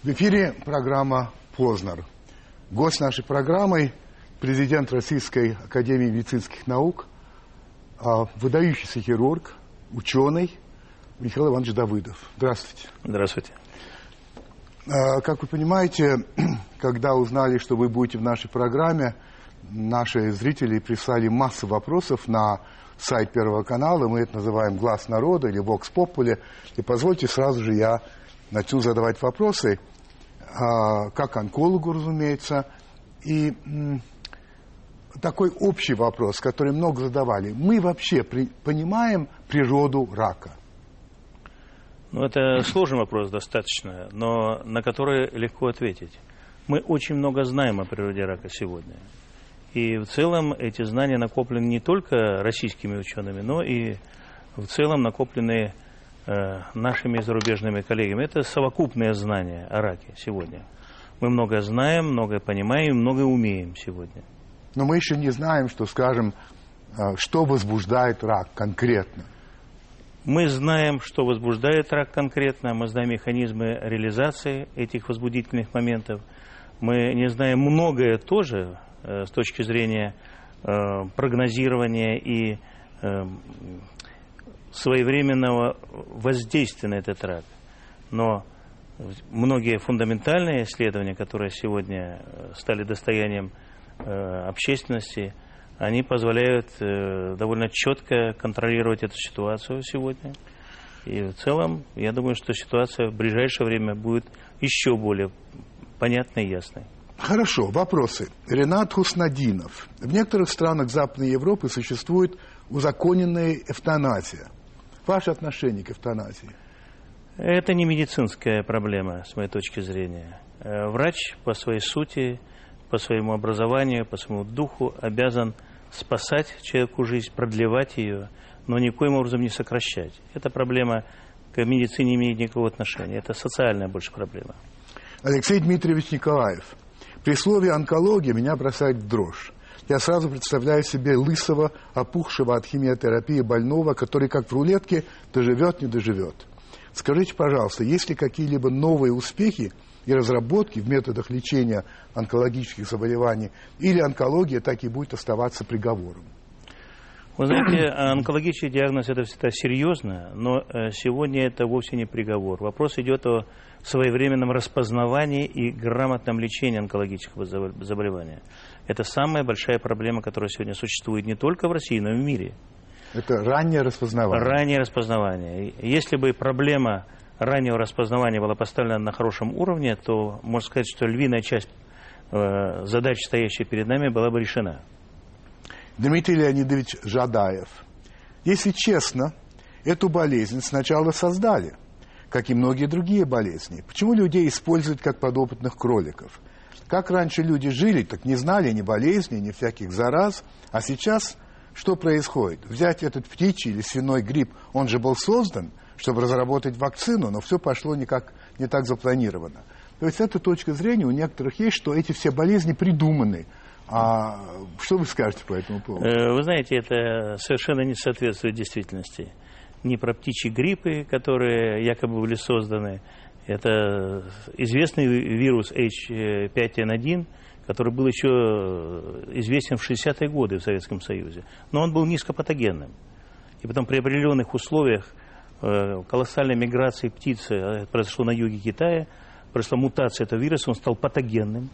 В эфире программа «Познер». Гость нашей программы – президент Российской академии медицинских наук, выдающийся хирург, ученый Михаил Иванович Давыдов. Здравствуйте. Здравствуйте. Как вы понимаете, когда узнали, что вы будете в нашей программе, наши зрители прислали массу вопросов на сайт Первого канала. Мы это называем «Глаз народа» или «Vox Populi». И позвольте сразу же я начну задавать вопросы, как онкологу, разумеется. И такой общий вопрос, который много задавали. Мы вообще понимаем природу рака? Ну, это сложный вопрос достаточно, но на который легко ответить. Мы очень много знаем о природе рака сегодня. И в целом эти знания накоплены не только российскими учеными, но и в целом накоплены нашими зарубежными коллегами. Это совокупные знания о раке сегодня. Мы многое знаем, многое понимаем, многое умеем сегодня. Но мы еще не знаем, что, скажем, что возбуждает рак конкретно. Мы знаем, что возбуждает рак конкретно, мы знаем механизмы реализации этих возбудительных моментов. Мы не знаем многое тоже с точки зрения прогнозирования и своевременного воздействия на этот рак. Но многие фундаментальные исследования, которые сегодня стали достоянием общественности, они позволяют довольно четко контролировать эту ситуацию сегодня. И в целом, я думаю, что ситуация в ближайшее время будет еще более понятной и ясной. Хорошо, вопросы. Ренат Хуснадинов. В некоторых странах Западной Европы существует узаконенная эвтаназия. Ваше отношение к эвтаназии? Это не медицинская проблема, с моей точки зрения. Врач по своей сути, по своему образованию, по своему духу обязан спасать человеку жизнь, продлевать ее, но никоим образом не сокращать. Эта проблема к медицине не имеет никакого отношения. Это социальная больше проблема. Алексей Дмитриевич Николаев. При слове «онкология» меня бросает в дрожь. Я сразу представляю себе лысого, опухшего от химиотерапии больного, который, как в рулетке, доживет, не доживет. Скажите, пожалуйста, есть ли какие-либо новые успехи и разработки в методах лечения онкологических заболеваний, или онкология так и будет оставаться приговором? Вы знаете, онкологический диагноз – это всегда серьезно, но сегодня это вовсе не приговор. Вопрос идет о своевременном распознавании и грамотном лечении онкологического заболевания. Это самая большая проблема, которая сегодня существует не только в России, но и в мире. Это раннее распознавание. Раннее распознавание. Если бы проблема раннего распознавания была поставлена на хорошем уровне, то можно сказать, что львиная часть задач, стоящей перед нами, была бы решена. Дмитрий Леонидович Жадаев. Если честно, эту болезнь сначала создали, как и многие другие болезни. Почему людей используют как подопытных кроликов? Как раньше люди жили, так не знали ни болезней, ни всяких зараз. А сейчас что происходит? Взять этот птичий или свиной грипп, он же был создан, чтобы разработать вакцину, но все пошло не так запланировано. То есть эта точка зрения у некоторых есть, что эти все болезни придуманы. А что вы скажете по этому поводу? Вы знаете, это совершенно не соответствует действительности. Не про птичьи гриппы, которые якобы были созданы. Это известный вирус H5N1, который был еще известен в 60-е годы в Советском Союзе. Но он был низкопатогенным. И потом при определенных условиях колоссальной миграции птицы произошло на юге Китая, произошла мутация этого вируса, он стал патогенным.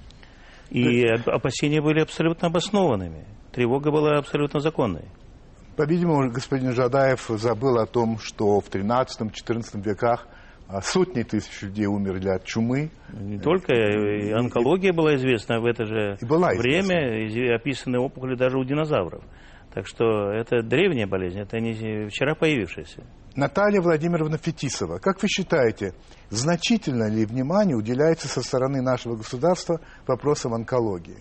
И опасения были абсолютно обоснованными. Тревога была абсолютно законной. По-видимому, господин Жадаев забыл о том, что в 13-14 веках сотни тысяч людей умерли от чумы. Не только. И онкология была известна в это же время. Описаны опухоли даже у динозавров. Так что это древняя болезнь, это не вчера появившаяся. Наталья Владимировна Фетисова. Как вы считаете, значительно ли внимание уделяется со стороны нашего государства вопросам онкологии?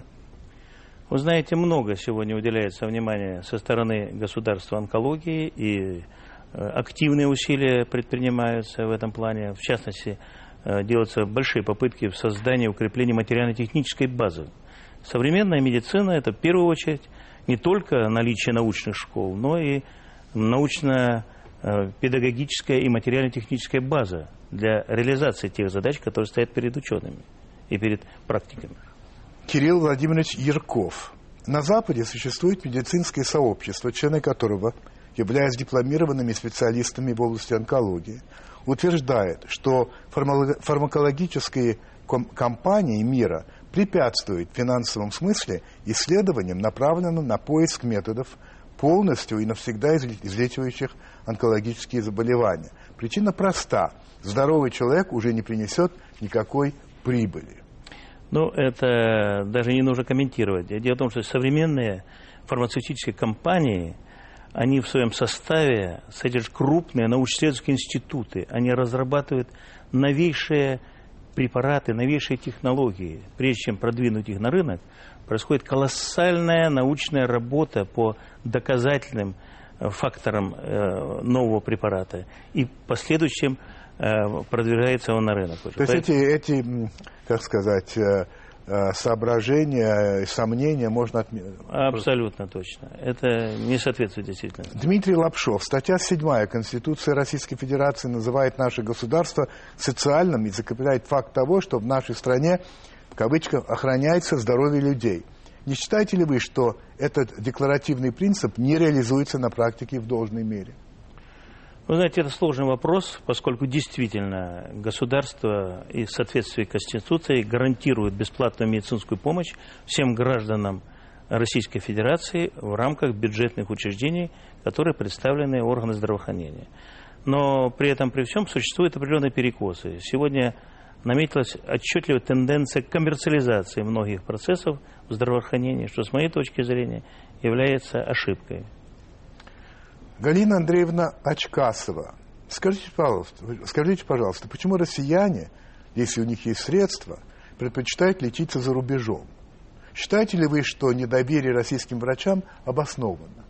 Вы знаете, много сегодня уделяется внимания со стороны государства онкологии, и активные усилия предпринимаются в этом плане. В частности, делаются большие попытки в создании и укреплении материально-технической базы. Современная медицина – это в первую очередь не только наличие научных школ, но и научно педагогическая и материально-техническая база для реализации тех задач, которые стоят перед учеными и перед практиками. Кирилл Владимирович Ярков. На Западе существует медицинское сообщество, члены которого, являясь дипломированными специалистами в области онкологии, утверждает, что фармакологические компании мира препятствуют в финансовом смысле исследованиям, направленным на поиск методов, полностью и навсегда излечивающих онкологические заболевания. Причина проста. Здоровый человек уже не принесет никакой прибыли. Ну, это даже не нужно комментировать. Дело в том, что современные фармацевтические компании, они в своем составе содержат крупные научно-исследовательские институты. Они разрабатывают новейшие препараты, новейшие технологии. Прежде чем продвинуть их на рынок, происходит колоссальная научная работа по доказательным факторам нового препарата. И последующим продвигается он на рынок. То есть эти, как сказать, соображения, сомнения можно отменить? Абсолютно точно. Это не соответствует действительности. Дмитрий Лапшов. Статья 7 Конституции Российской Федерации называет наше государство социальным и закрепляет факт того, что в нашей стране, в кавычках, охраняется здоровье людей. Не считаете ли вы, что этот декларативный принцип не реализуется на практике в должной мере? Вы знаете, это сложный вопрос, поскольку действительно государство и в соответствии с Конституцией гарантирует бесплатную медицинскую помощь всем гражданам Российской Федерации в рамках бюджетных учреждений, которые представлены органы здравоохранения. Но при этом, при всем, существуют определенные перекосы. Сегодня наметилась отчетливая тенденция к коммерциализации многих процессов в здравоохранении, что, с моей точки зрения, является ошибкой. Галина Андреевна Очкасова. Скажите, пожалуйста, почему россияне, если у них есть средства, предпочитают лечиться за рубежом? Считаете ли вы, что недоверие российским врачам обосновано?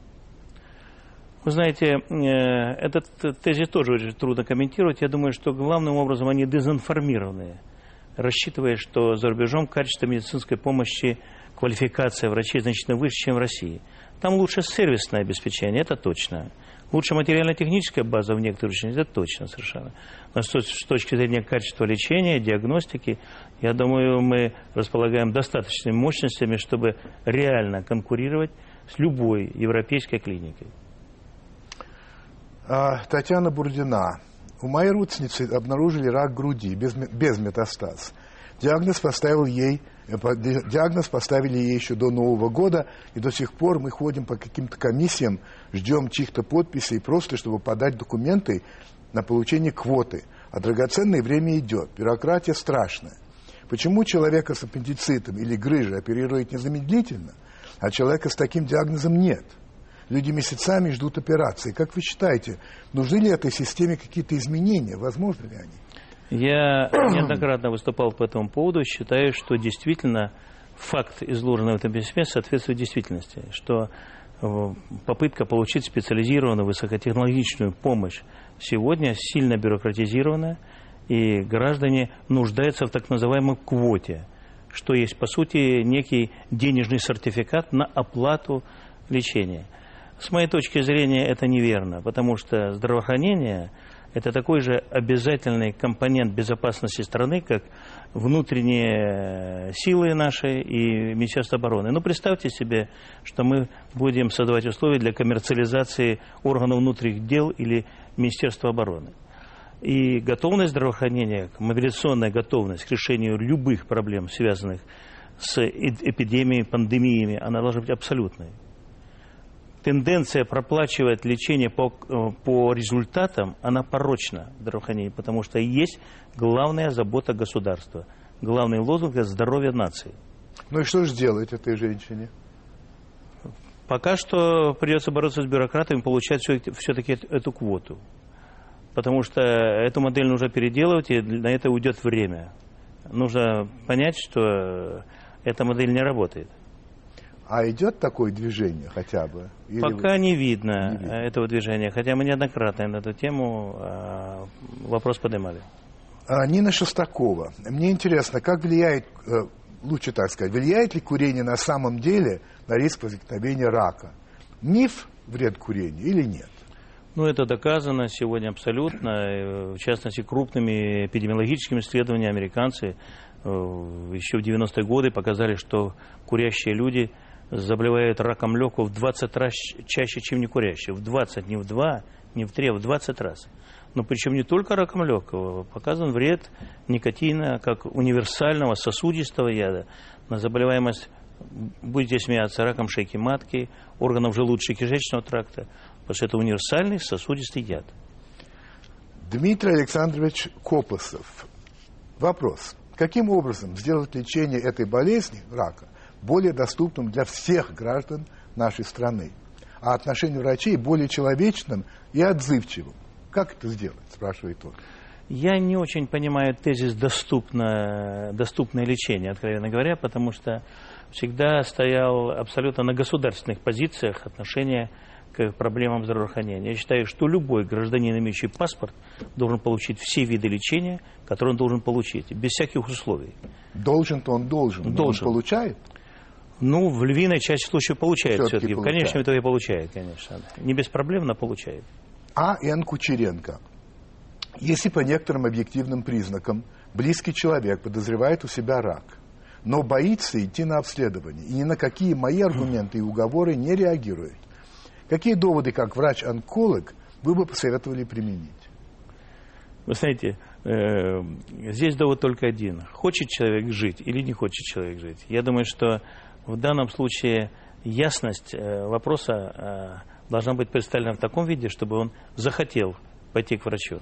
Вы знаете, этот тезис тоже очень трудно комментировать. Я думаю, что главным образом они дезинформированы, рассчитывая, что за рубежом качество медицинской помощи, квалификация врачей значительно выше, чем в России. Там лучше сервисное обеспечение, это точно. Лучше материально-техническая база в некоторых учреждениях, это точно совершенно. Но с точки зрения качества лечения, диагностики, я думаю, мы располагаем достаточными мощностями, чтобы реально конкурировать с любой европейской клиникой. Татьяна Бурдина. У моей родственницы обнаружили рак груди без метастаз. Диагноз поставили ей еще до Нового года, и до сих пор мы ходим по каким-то комиссиям, ждем чьих-то подписей, просто чтобы подать документы на получение квоты. А драгоценное время идет, бюрократия страшная. Почему человека с аппендицитом или грыжей оперируют незамедлительно, а человека с таким диагнозом нет? Люди месяцами ждут операции. Как вы считаете, нужны ли этой системе какие-то изменения? Возможны ли они? Я неоднократно выступал по этому поводу. Считаю, что действительно факт, изложенный в этом письме, соответствует действительности. Что попытка получить специализированную высокотехнологичную помощь сегодня сильно бюрократизирована, и граждане нуждаются в так называемой квоте, что есть, по сути, некий денежный сертификат на оплату лечения. С моей точки зрения, это неверно, потому что здравоохранение – это такой же обязательный компонент безопасности страны, как внутренние силы наши и Министерство обороны. Ну, представьте себе, что мы будем создавать условия для коммерциализации органов внутренних дел или Министерства обороны. И готовность здравоохранения, мобилизационная готовность к решению любых проблем, связанных с эпидемией, пандемиями, она должна быть абсолютной. Тенденция проплачивать лечение по результатам, она порочна в здравоохранении, потому что есть главная забота государства. Главный лозунг – это здоровье нации. Ну и что же делать этой женщине? Пока что придется бороться с бюрократами, получать все-таки эту квоту. Потому что эту модель нужно переделывать, и на это уйдет время. Нужно понять, что эта модель не работает. А идет такое движение хотя бы? Или пока не видно этого движения, хотя мы неоднократно на эту тему вопрос поднимали. Нина Шестакова. Мне интересно, как влияет, лучше так сказать, влияет ли курение на самом деле на риск возникновения рака? Миф вред курения или нет? Ну, это доказано сегодня абсолютно. В частности, крупными эпидемиологическими исследованиями американцы еще в 90-е годы показали, что курящие люди заболевают раком легкого в 20 раз чаще, чем не курящие. В 20, не в 2, не в 3, а в 20 раз. Но причем не только раком легкого. Показан вред никотина как универсального сосудистого яда на заболеваемость, будете смеяться, раком шейки матки, органов желудочно-кишечного тракта, потому что это универсальный сосудистый яд. Дмитрий Александрович Копосов. Вопрос. Каким образом сделать лечение этой болезни, рака, более доступным для всех граждан нашей страны, а отношение врачей более человечным и отзывчивым? Как это сделать, спрашивает он. Я не очень понимаю тезис доступное лечение, откровенно говоря, потому что всегда стоял абсолютно на государственных позициях отношения к проблемам здравоохранения. Я считаю, что любой гражданин, имеющий паспорт, должен получить все виды лечения, которые он должен получить, без всяких условий. Должен-то он должен. Он получает? Ну, в львиной части случаев получает все-таки. В конечном итоге получает, конечно. Не без проблем, но получает. А.Н. Кучеренко. Если по некоторым объективным признакам близкий человек подозревает у себя рак, но боится идти на обследование и ни на какие мои аргументы и уговоры не реагирует, какие доводы, как врач-онколог, вы бы посоветовали применить? Вы знаете, здесь довод только один. Хочет человек жить или не хочет человек жить? Я думаю, что в данном случае ясность вопроса должна быть представлена в таком виде, чтобы он захотел пойти к врачу.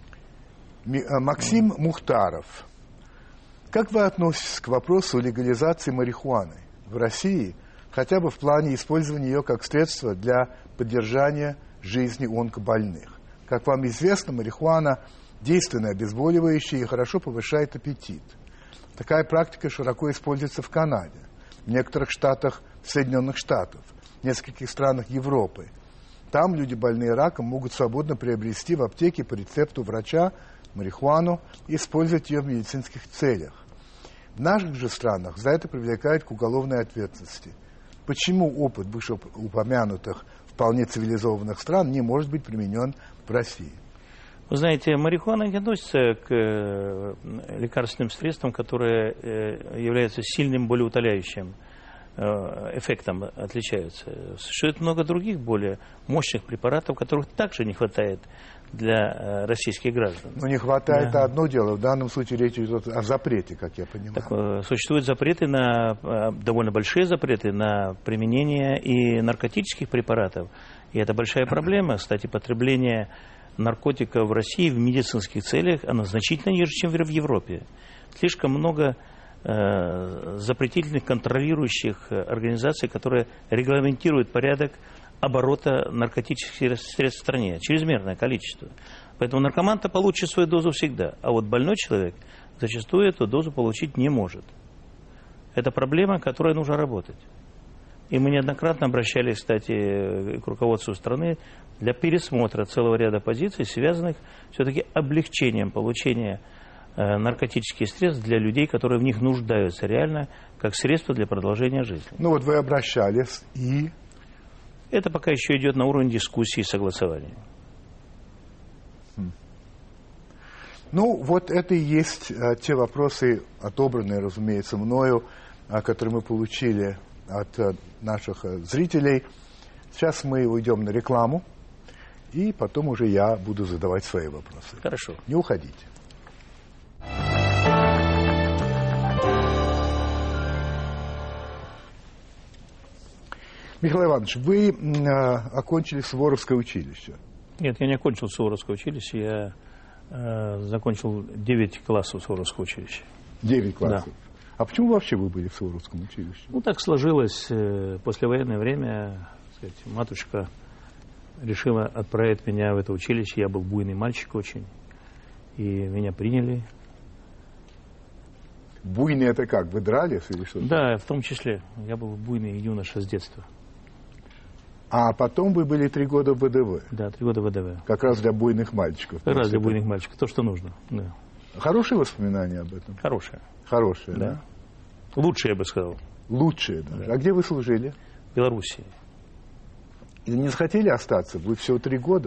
Максим Мухтаров. Как вы относитесь к вопросу легализации марихуаны в России, хотя бы в плане использования ее как средства для поддержания жизни онкобольных? Как вам известно, марихуана действенное обезболивающее и хорошо повышает аппетит. Такая практика широко используется в Канаде, в некоторых штатах Соединенных Штатов, в нескольких странах Европы. Там люди, больные раком, могут свободно приобрести в аптеке по рецепту врача марихуану и использовать ее в медицинских целях. В наших же странах за это привлекают к уголовной ответственности. Почему опыт вышеупомянутых вполне цивилизованных стран не может быть применен в России? Вы знаете, марихуана не относится к лекарственным средствам, которые являются сильным болеутоляющим эффектом, отличаются. Существует много других более мощных препаратов, которых также не хватает для российских граждан. Но не хватает, это одно дело. В данном случае речь идет о запрете, как я понимаю. Так, существуют запреты довольно большие запреты на применение и наркотических препаратов. И это большая проблема. Кстати, потребление наркотиков в России в медицинских целях, оно значительно ниже, чем в Европе. Слишком много запретительных, контролирующих организаций, которые регламентируют порядок оборота наркотических средств в стране. Чрезмерное количество. Поэтому наркоман-то получит свою дозу всегда. А вот больной человек зачастую эту дозу получить не может. Это проблема, которой нужно работать. И мы неоднократно обращались, кстати, к руководству страны для пересмотра целого ряда позиций, связанных все-таки облегчением получения наркотических средств для людей, которые в них нуждаются реально, как средство для продолжения жизни. Ну вот вы обращались и... Это пока еще идет на уровне дискуссии и согласования. Ну, вот это и есть те вопросы, отобранные, разумеется, мною, которые мы получили от наших зрителей. Сейчас мы уйдем на рекламу, и потом уже я буду задавать свои вопросы. Хорошо. Не уходите. Михаил Иванович, вы окончили Суворовское училище. Нет, я не окончил Суворовское училище, я закончил 9 классов Суворовского училища. 9 классов? Да. А почему вообще вы были в Суворовском училище? Ну, так сложилось. Послевоенное время, так сказать, матушка решила отправить меня в это училище. Я был буйный мальчик очень, и меня приняли. Буйный это как? Вы дрались или что-то? Да, в том числе. Я был буйный юноша с детства. А потом вы были 3 года в ВДВ? Да, 3 года в ВДВ. Как раз для буйных мальчиков. Как раз для буйных мальчиков. То, что нужно. Да. Хорошие воспоминания об этом? Хорошие. Хорошие, да? Лучшие, я бы сказал. Лучшие даже. Да. А где вы служили? В Белоруссии. И не захотели остаться? Вы всего 3 года?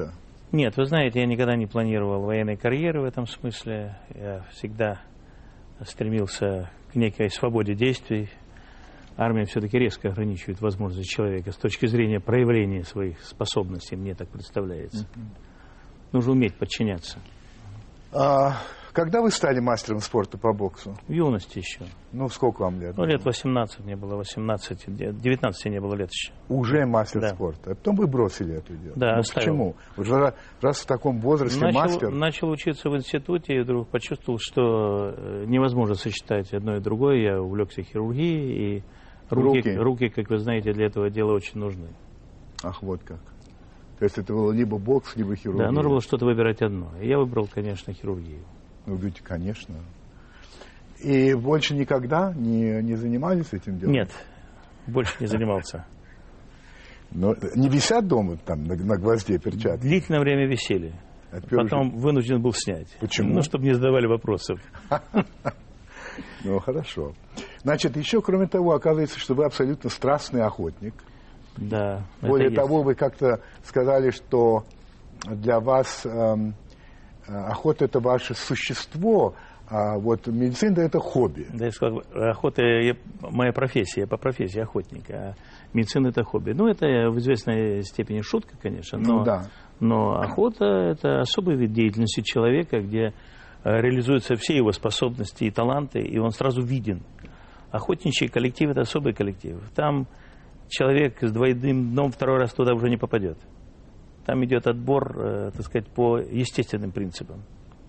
Нет, вы знаете, я никогда не планировал военной карьеры в этом смысле. Я всегда стремился к некой свободе действий. Армия все-таки резко ограничивает возможности человека с точки зрения проявления своих способностей, мне так представляется. Нужно уметь подчиняться. Когда вы стали мастером спорта по боксу? В юности еще. Ну, сколько вам лет? Ну, лет 18 мне было, 18, 19 не было лет еще. Уже мастер Да. спорта. А потом вы бросили это дело. Да, Ну, оставил. почему? Вы же раз в таком возрасте мастер. Начал учиться в институте и вдруг почувствовал, что невозможно сочетать одно и другое. Я увлекся хирургией, и руки, как вы знаете, для этого дела очень нужны. Ах, вот как. То есть это было либо бокс, либо хирургия. Да, нужно было что-то выбирать одно. И я выбрал, конечно, хирургию. Ну, видите, конечно. И больше никогда не занимались этим делом? Нет, больше не занимался. Но не висят дома там на гвозде перчатки? Длительное время висели. Потом вынужден был снять. Почему? Ну, чтобы не задавали вопросов. Ну, хорошо. Значит, еще, кроме того, оказывается, что вы абсолютно страстный охотник. Да. Более того, вы как-то сказали, что для вас охота – это ваше существо, а вот медицина – это хобби. Да, я сказал, охота – моя профессия, я по профессии охотник, а медицина – это хобби. Ну, это в известной степени шутка, конечно, но охота – это особый вид деятельности человека, где реализуются все его способности и таланты, и он сразу виден. Охотничий коллектив – это особый коллектив. Там человек с двойным дном второй раз туда уже не попадет. Там идет отбор, так сказать, по естественным принципам.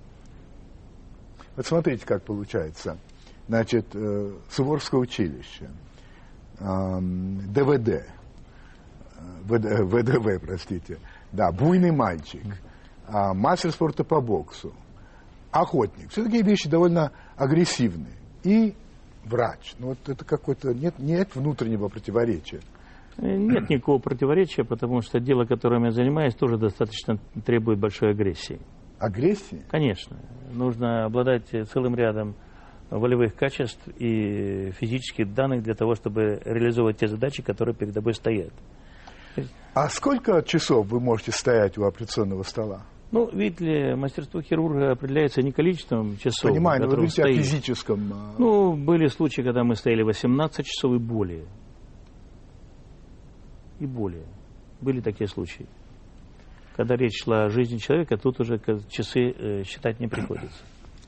Вот смотрите, как получается. Значит, Суворовское училище, ВДВ, простите, да, буйный мальчик, мастер спорта по боксу, охотник. Все такие вещи довольно агрессивные. И врач. Ну, вот это какое-то... Нет внутреннего противоречия. Нет никакого противоречия, потому что дело, которым я занимаюсь, тоже достаточно требует большой агрессии. Агрессии? Конечно. Нужно обладать целым рядом волевых качеств и физических данных для того, чтобы реализовывать те задачи, которые перед тобой стоят. А сколько часов вы можете стоять у операционного стола? Ну, видите ли, мастерство хирурга определяется не количеством часов. Понимаю, но вы говорите о физическом... Ну, были случаи, когда мы стояли 18 часов и более. И более. Были такие случаи. Когда речь шла о жизни человека, тут уже часы считать не приходится.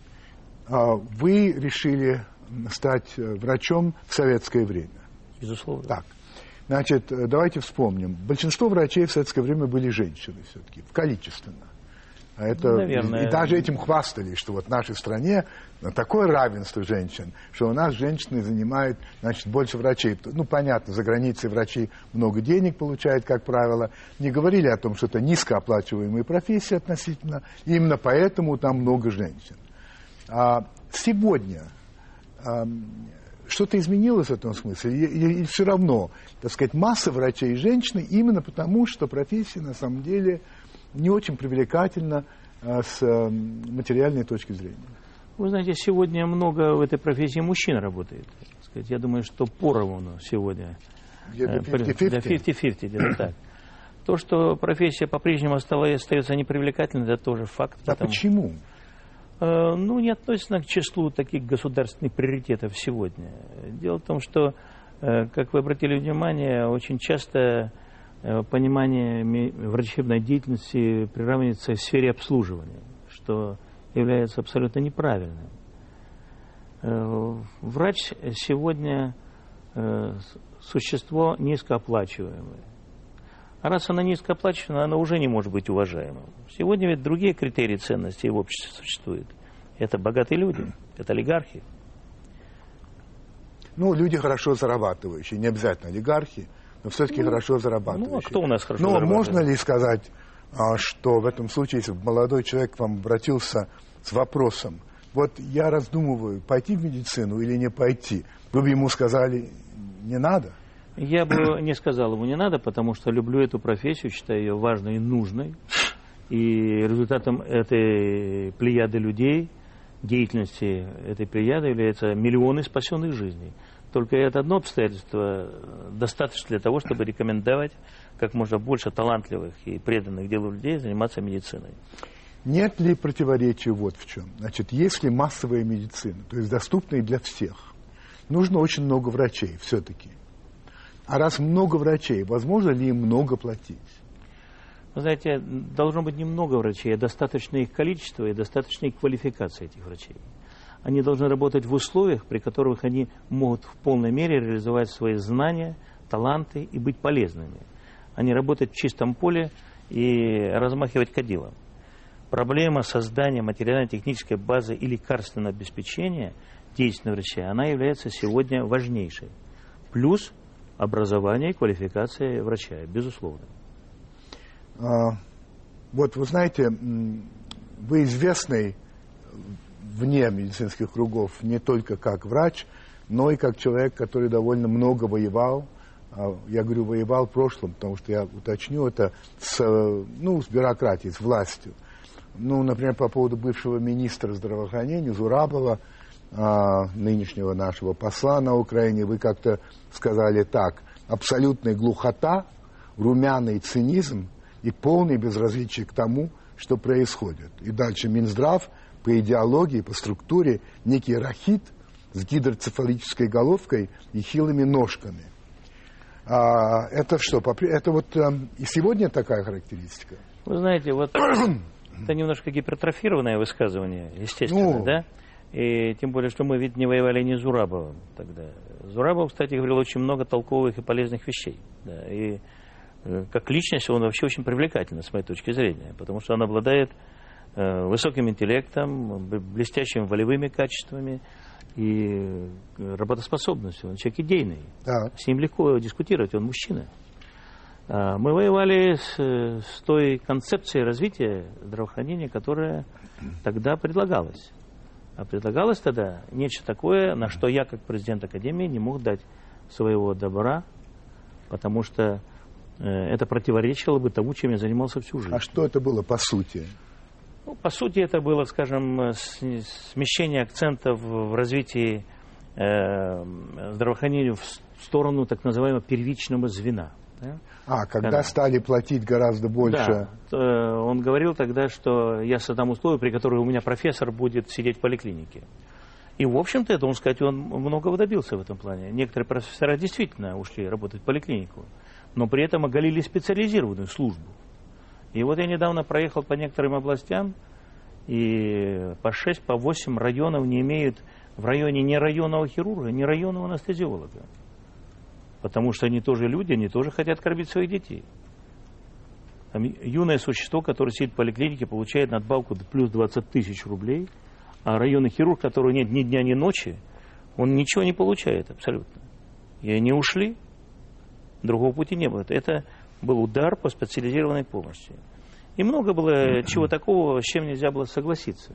Вы решили стать врачом в советское время? Безусловно. Так. Значит, давайте вспомним. Большинство врачей в советское время были женщины все-таки, количественно. Это, наверное. И даже этим хвастались, что вот в нашей стране такое равенство женщин, что у нас женщины занимают, значит, больше врачей. Ну, понятно, за границей врачи много денег получают, как правило. Не говорили о том, что это низкооплачиваемые профессии относительно. Именно поэтому там много женщин. А сегодня что-то изменилось в этом смысле? И все равно, так сказать, масса врачей и женщин именно потому, что профессия на самом деле не очень привлекательна с материальной точки зрения. Вы знаете, сегодня много в этой профессии мужчин работает. Я думаю, что поровну сегодня. 50-50, где-то так. То, что профессия по-прежнему остается непривлекательной, это тоже факт. А почему? Ну, не относится к числу таких государственных приоритетов сегодня. Дело в том, что, как вы обратили внимание, очень часто понимание врачебной деятельности приравнивается к сфере обслуживания, что является абсолютно неправильным. Врач сегодня существо низкооплачиваемое. А раз она низкооплачиваемая, она уже не может быть уважаемым. Сегодня ведь другие критерии ценности в обществе существуют. Это богатые люди, это олигархи. Ну, люди хорошо зарабатывающие, не обязательно олигархи, но все-таки хорошо зарабатывающие. Ну, а кто у нас хорошо зарабатывает? Но можно ли сказать, что в этом случае, если молодой человек к вам обратился с вопросом, вот я раздумываю, пойти в медицину или не пойти, вы бы ему сказали, не надо? Я бы не сказал ему не надо, потому что люблю эту профессию, считаю ее важной и нужной. И результатом этой плеяды людей, деятельности этой плеяды являются миллионы спасенных жизней. Только это одно обстоятельство достаточно для того, чтобы рекомендовать как можно больше талантливых и преданных делу людей заниматься медициной. Нет ли противоречия вот в чем? Значит, если массовая медицина, то есть доступная для всех, нужно очень много врачей все-таки. А раз много врачей, возможно ли им много платить? Вы знаете, должно быть немного врачей, а достаточно их количества и достаточно их квалификации этих врачей. Они должны работать в условиях, при которых они могут в полной мере реализовать свои знания, таланты и быть полезными. Они работать в чистом поле и размахивать кадилом. Проблема создания материально-технической базы и лекарственного обеспечения деятельности врача, она является сегодня важнейшей. Плюс образование и квалификация врача, безусловно. Вот вы знаете, вы известный вне медицинских кругов не только как врач, но и как человек, который довольно много воевал. Я говорю, воевал в прошлом, потому что я уточню это с бюрократией, с властью. Например, по поводу бывшего министра здравоохранения Зурабова, нынешнего нашего посла на Украине, вы как-то сказали так: абсолютная глухота, румяный цинизм и полное безразличие к тому, что происходит. И дальше Минздрав по идеологии, по структуре некий рахит с гидроцефалической головкой и хилыми ножками. Это что? Это вот и сегодня такая характеристика? Вы знаете, вот это немножко гипертрофированное высказывание, естественно, да? И тем более, что мы ведь не воевали не с Зурабовым тогда. Зурабов, кстати, говорил очень много толковых и полезных вещей. Да? И как личность он вообще очень привлекательный, с моей точки зрения, потому что он обладает высоким интеллектом, блестящими волевыми качествами и работоспособностью. Он человек идейный. Да. С ним легко дискутировать, он мужчина. Мы воевали с той концепцией развития здравоохранения, которая тогда предлагалась. А предлагалось тогда нечто такое, на что я, как президент Академии, не мог дать своего добра, потому что это противоречило бы тому, чем я занимался всю жизнь. А что это было по сути? По сути, это было, скажем, смещение акцентов в развитии здравоохранения в сторону так называемого первичного звена. Да? Когда стали платить гораздо больше. Да, он говорил тогда, что я создам условия, при которых у меня профессор будет сидеть в поликлинике. И, в общем-то, это, он сказать, он многого добился в этом плане. Некоторые профессора действительно ушли работать в поликлинику, но при этом оголили специализированную службу. И вот я недавно проехал по некоторым областям, и по 6, по 8 районов не имеют в районе ни районного хирурга, ни районного анестезиолога. Потому что они тоже люди, они тоже хотят кормить своих детей. Там юное существо, которое сидит в поликлинике, получает надбавку плюс 20 тысяч рублей, а районный хирург, которого нет ни дня, ни ночи, он ничего не получает абсолютно. И они ушли, другого пути не было. Это был удар по специализированной помощи. И много было чего такого, с чем нельзя было согласиться.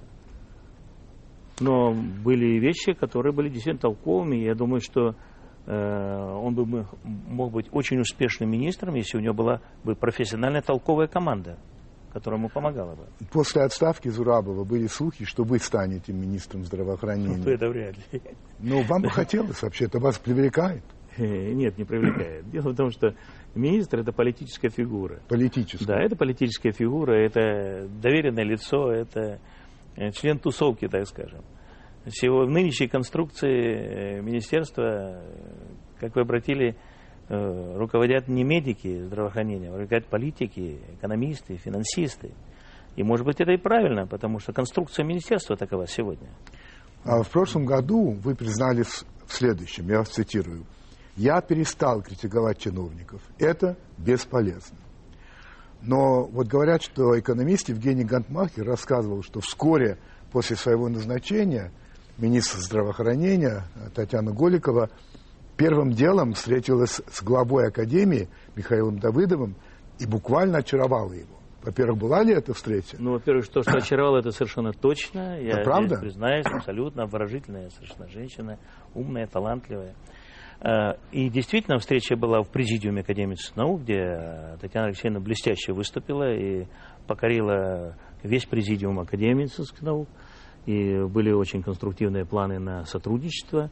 Но были вещи, которые были действительно толковыми. Я думаю, что он бы мог быть очень успешным министром, если у него была бы профессиональная толковая команда, которая ему помогала бы. После отставки Зурабова были слухи, что вы станете министром здравоохранения. Это вряд ли. Вам бы хотелось вообще-то, вас привлекает? Нет, не привлекает. Дело в том, что министр — это политическая фигура. Политическая? Да, это политическая фигура, это доверенное лицо, это член тусовки, так скажем. В нынешней конструкции министерства, как вы обратили, руководят не медики здравоохранения, руководят политики, экономисты, финансисты. И, может быть, это и правильно, потому что конструкция министерства такова сегодня. В прошлом году вы признались в следующем, я вас цитирую: «Я перестал критиковать чиновников. Это бесполезно». Но вот говорят, что экономист Евгений Гантмахер рассказывал, что вскоре после своего назначения министр здравоохранения Татьяна Голикова первым делом встретилась с главой Академии Михаилом Давыдовым и буквально очаровала его. Во-первых, была ли эта встреча? Во-первых, то, что очаровало, это совершенно точно. Я правда? Здесь признаюсь, абсолютно обворожительная совершенно женщина, умная, талантливая. И действительно, встреча была в президиуме Академии наук, где Татьяна Алексеевна блестяще выступила и покорила весь президиум Академии наук. И были очень конструктивные планы на сотрудничество.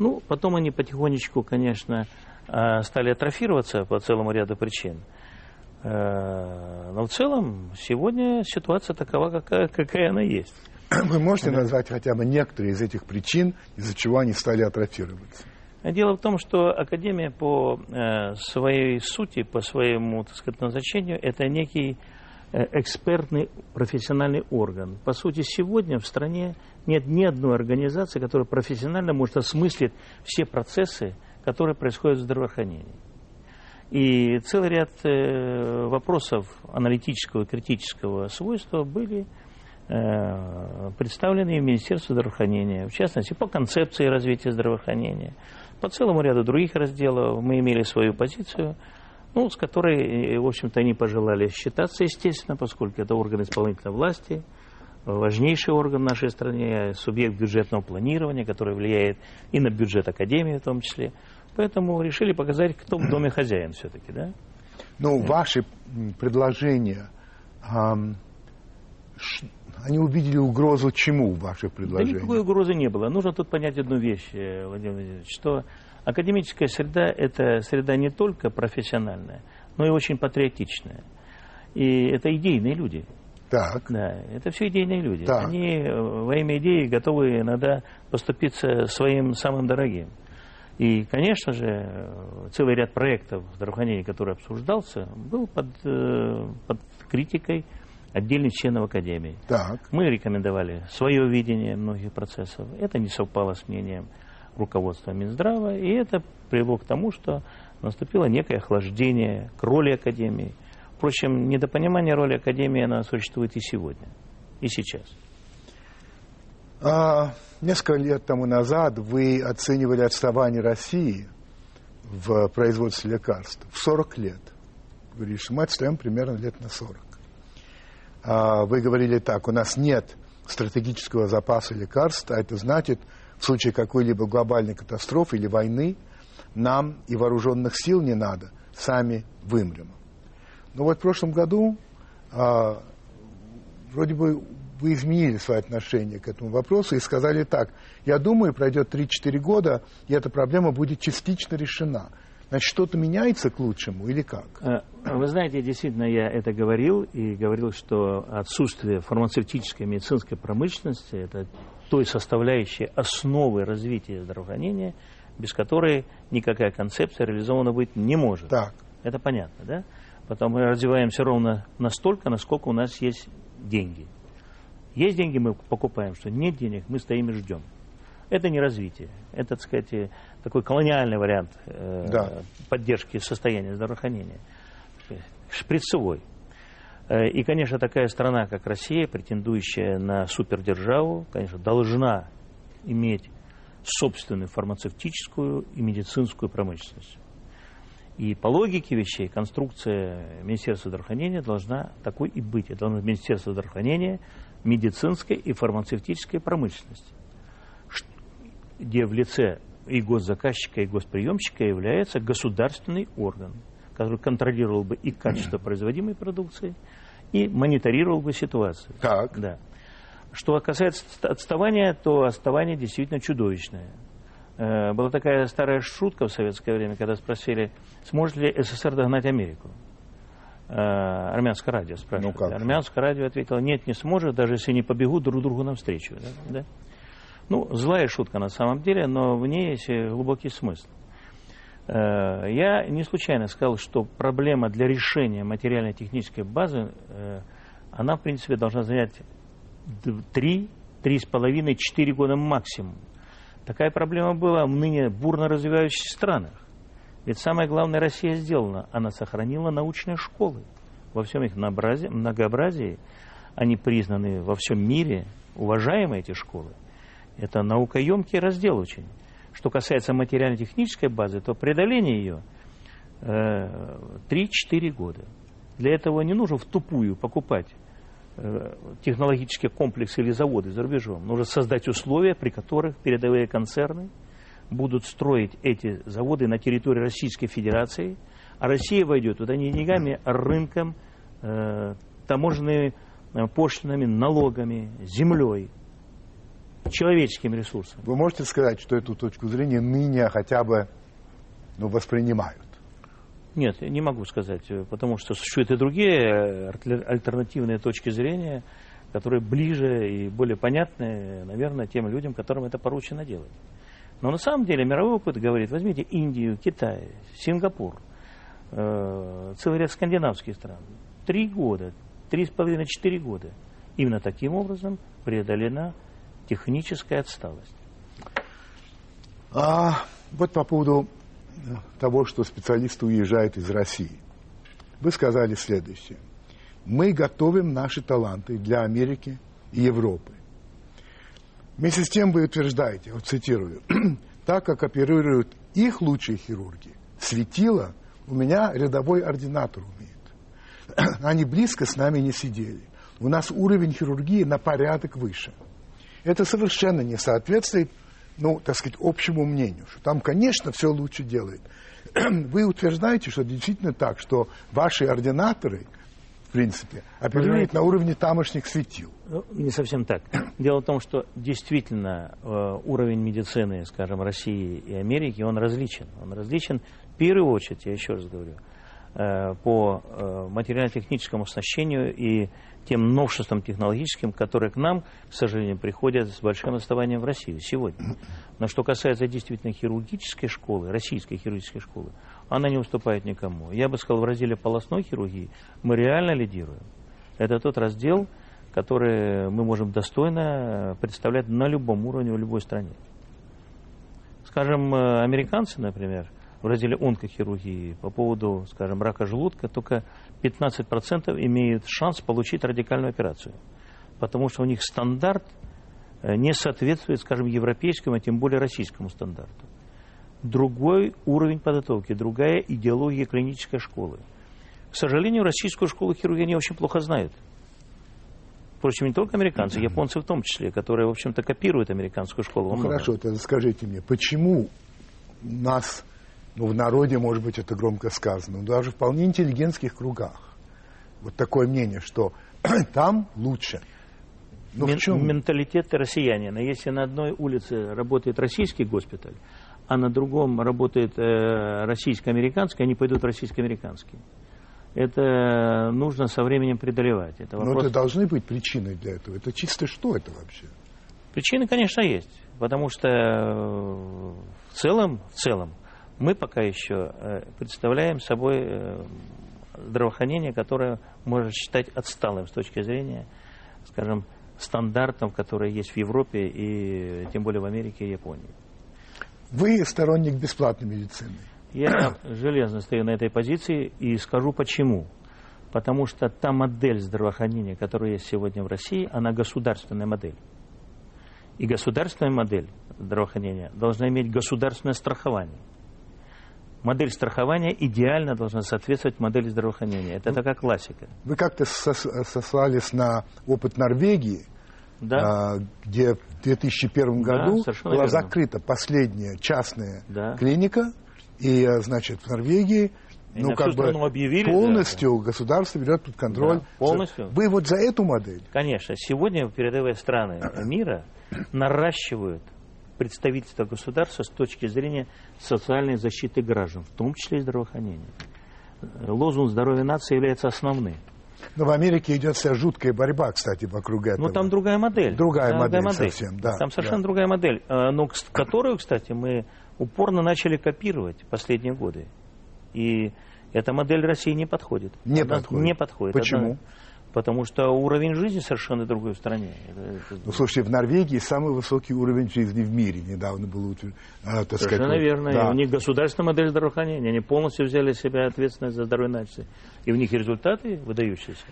Ну, потом они потихонечку, конечно, стали атрофироваться по целому ряду причин. Но в целом сегодня ситуация такова, какая она есть. Вы можете назвать хотя бы некоторые из этих причин, из-за чего они стали атрофироваться? Дело в том, что Академия по своей сути, по своему, так сказать, назначению, это некий экспертный профессиональный орган. По сути, сегодня в стране нет ни одной организации, которая профессионально может осмыслить все процессы, которые происходят в здравоохранении. И целый ряд вопросов аналитического и критического свойства были представлены в Министерстве здравоохранения, в частности, по концепции развития здравоохранения, по целому ряду других разделов мы имели свою позицию, ну, с которой, в общем-то, они пожелали считаться, естественно, поскольку это орган исполнительной власти, важнейший орган в нашей стране, субъект бюджетного планирования, который влияет и на бюджет Академии в том числе. Поэтому решили показать, кто в доме хозяин все-таки, да? Ну, ваши предложения, они увидели угрозу чему в ваших предложениях? Да никакой угрозы не было. Нужно тут понять одну вещь, Владимир Владимирович, что академическая среда – это среда не только профессиональная, но и очень патриотичная. И это идейные люди. Так. Да, это все идейные люди. Так. Они во имя идеи готовы иногда поступиться своим самым дорогим. И, конечно же, целый ряд проектов здравоохранения, который обсуждался, был под критикой отдельных членов Академии. Так. Мы рекомендовали свое видение многих процессов. Это не совпало с мнением руководства Минздрава, и это привело к тому, что наступило некое охлаждение к роли Академии. Впрочем, недопонимание роли Академии, она существует и сегодня, и сейчас. Несколько лет тому назад вы оценивали отставание России в производстве лекарств в 40 лет. Говорили, что мы отстаем примерно лет на 40. Вы говорили так: у нас нет стратегического запаса лекарств, а это значит, в случае какой-либо глобальной катастрофы или войны, нам и вооруженных сил не надо, сами вымрем. Но вот в прошлом году вроде бы вы изменили свое отношение к этому вопросу и сказали так: я думаю, пройдет 3-4 года, и эта проблема будет частично решена. Значит, что-то меняется к лучшему или как? Вы знаете, действительно, я это говорил, и говорил, что отсутствие фармацевтической и медицинской промышленности – это той составляющей основы развития здравоохранения, без которой никакая концепция реализована быть не может. Так. Это понятно, да? Потом мы развиваемся ровно настолько, насколько у нас есть деньги. Есть деньги, мы покупаем, что нет денег, мы стоим и ждем. Это не развитие. Это, так сказать, такой колониальный вариант поддержки состояния здравоохранения. Шприцевой. И, конечно, такая страна, как Россия, претендующая на супердержаву, конечно, должна иметь собственную фармацевтическую и медицинскую промышленность. И по логике вещей конструкция Министерства здравоохранения должна такой и быть. Это должно быть Министерство здравоохранения, медицинской и фармацевтической промышленности, где в лице и госзаказчика, и госприемщика является государственный орган, который контролировал бы и качество производимой продукции, и мониторировал бы ситуацию. Так. Да. Что касается отставания, то отставание действительно чудовищное. Была такая старая шутка в советское время, когда спросили, сможет ли СССР догнать Америку. Армянское радио спрашивали. Ну, Армянское радио ответило: нет, не сможет, даже если не побегут друг другу навстречу. Да? Ну, злая шутка на самом деле, но в ней есть глубокий смысл. Я не случайно сказал, что проблема для решения материально-технической базы, она, в принципе, должна занять 3, 3,5, 4 года максимум. Такая проблема была в ныне бурно развивающихся странах. Ведь самое главное Россия сделала. Она сохранила научные школы. Во всем их многообразии они признаны во всем мире, уважаемы эти школы. Это наукоемкий раздел очень. Что касается материально-технической базы, то преодоление ее 3-4 года. Для этого не нужно втупую покупать технологические комплексы или заводы за рубежом. Нужно создать условия, при которых передовые концерны будут строить эти заводы на территории Российской Федерации, а Россия войдет туда не деньгами, а рынком, таможенными пошлинами, налогами, землей. человеческим ресурсом. Вы можете сказать, что эту точку зрения ныне хотя бы воспринимают? Нет, не могу сказать, потому что существуют и другие альтернативные точки зрения, которые ближе и более понятны, наверное, тем людям, которым это поручено делать. Но на самом деле мировой опыт говорит, возьмите Индию, Китай, Сингапур, целый ряд скандинавских стран. 3 года, 3,5-4 года. Именно таким образом преодолена техническая отсталость. Вот по поводу того, что специалисты уезжают из России. Вы сказали следующее. Мы готовим наши таланты для Америки и Европы. Вместе с тем вы утверждаете, вот цитирую, так как оперируют их лучшие хирурги, светило у меня рядовой ординатор умеет. Они близко с нами не сидели. У нас уровень хирургии на порядок выше. Это совершенно не соответствует, так сказать, общему мнению, что там, конечно, все лучше делают. Вы утверждаете, что действительно так, что ваши ординаторы, в принципе, оперируют на уровне тамошних светил? Не совсем так. Дело в том, что действительно уровень медицины, скажем, России и Америки, он различен. Он различен, в первую очередь, я еще раз говорю, по материально-техническому оснащению и тем новшествам технологическим, которые к нам, к сожалению, приходят с большим отставанием в Россию сегодня. Но что касается действительно хирургической школы, российской хирургической школы, она не уступает никому. Я бы сказал, в разделе полостной хирургии мы реально лидируем. Это тот раздел, который мы можем достойно представлять на любом уровне, в любой стране. Скажем, американцы, например, в разделе онкохирургии по поводу, скажем, рака желудка только 15% имеют шанс получить радикальную операцию, потому что у них стандарт не соответствует, скажем, европейскому, а тем более российскому стандарту. Другой уровень подготовки, другая идеология клинической школы. К сожалению, российскую школу хирургии они очень плохо знают. Впрочем, не только американцы, японцы в том числе, которые, в общем-то, копируют американскую школу. Хорошо, тогда скажите мне, почему у нас... в народе, может быть, это громко сказано, но даже в вполне интеллигентских кругах. Вот такое мнение, что там лучше. В чем? Менталитет россиянина. Если на одной улице работает российский госпиталь, а на другом работает российско-американский, они пойдут в российско-американский. Это нужно со временем преодолевать. Это вопрос... Но это должны быть причины для этого. Это чисто что это вообще? Причины, конечно, есть. Потому что в целом, мы пока еще представляем собой здравоохранение, которое можно считать отсталым с точки зрения, скажем, стандартов, которые есть в Европе и тем более в Америке и Японии. Вы сторонник бесплатной медицины? Я железно стою на этой позиции и скажу почему. Потому что та модель здравоохранения, которая есть сегодня в России, она государственная модель. И государственная модель здравоохранения должна иметь государственное страхование. Модель страхования идеально должна соответствовать модели здравоохранения. Это такая классика. Вы как-то сослались на опыт Норвегии, да. Где в 2001 году была закрыта последняя частная клиника, и, значит, в Норвегии полностью государство берет под контроль. Да, полностью. Вы вот за эту модель? Конечно. Сегодня передовые страны мира наращивают представительство государства с точки зрения социальной защиты граждан, в том числе и здравоохранения. Лозунг здоровья нации является основным. Но в Америке идет вся жуткая борьба, кстати, вокруг этого. Ну, там другая модель. Другая модель совсем, да. Там совершенно другая модель, но которую, кстати, мы упорно начали копировать последние годы. И эта модель России не подходит. Не подходит. Почему? Потому что уровень жизни совершенно другой в стране. Ну, слушайте, в Норвегии самый высокий уровень жизни в мире недавно был утвержден. Совершенно верно. Да. У них государственная модель здравоохранения. Они полностью взяли на себя ответственность за здоровье нации. И у них результаты выдающиеся.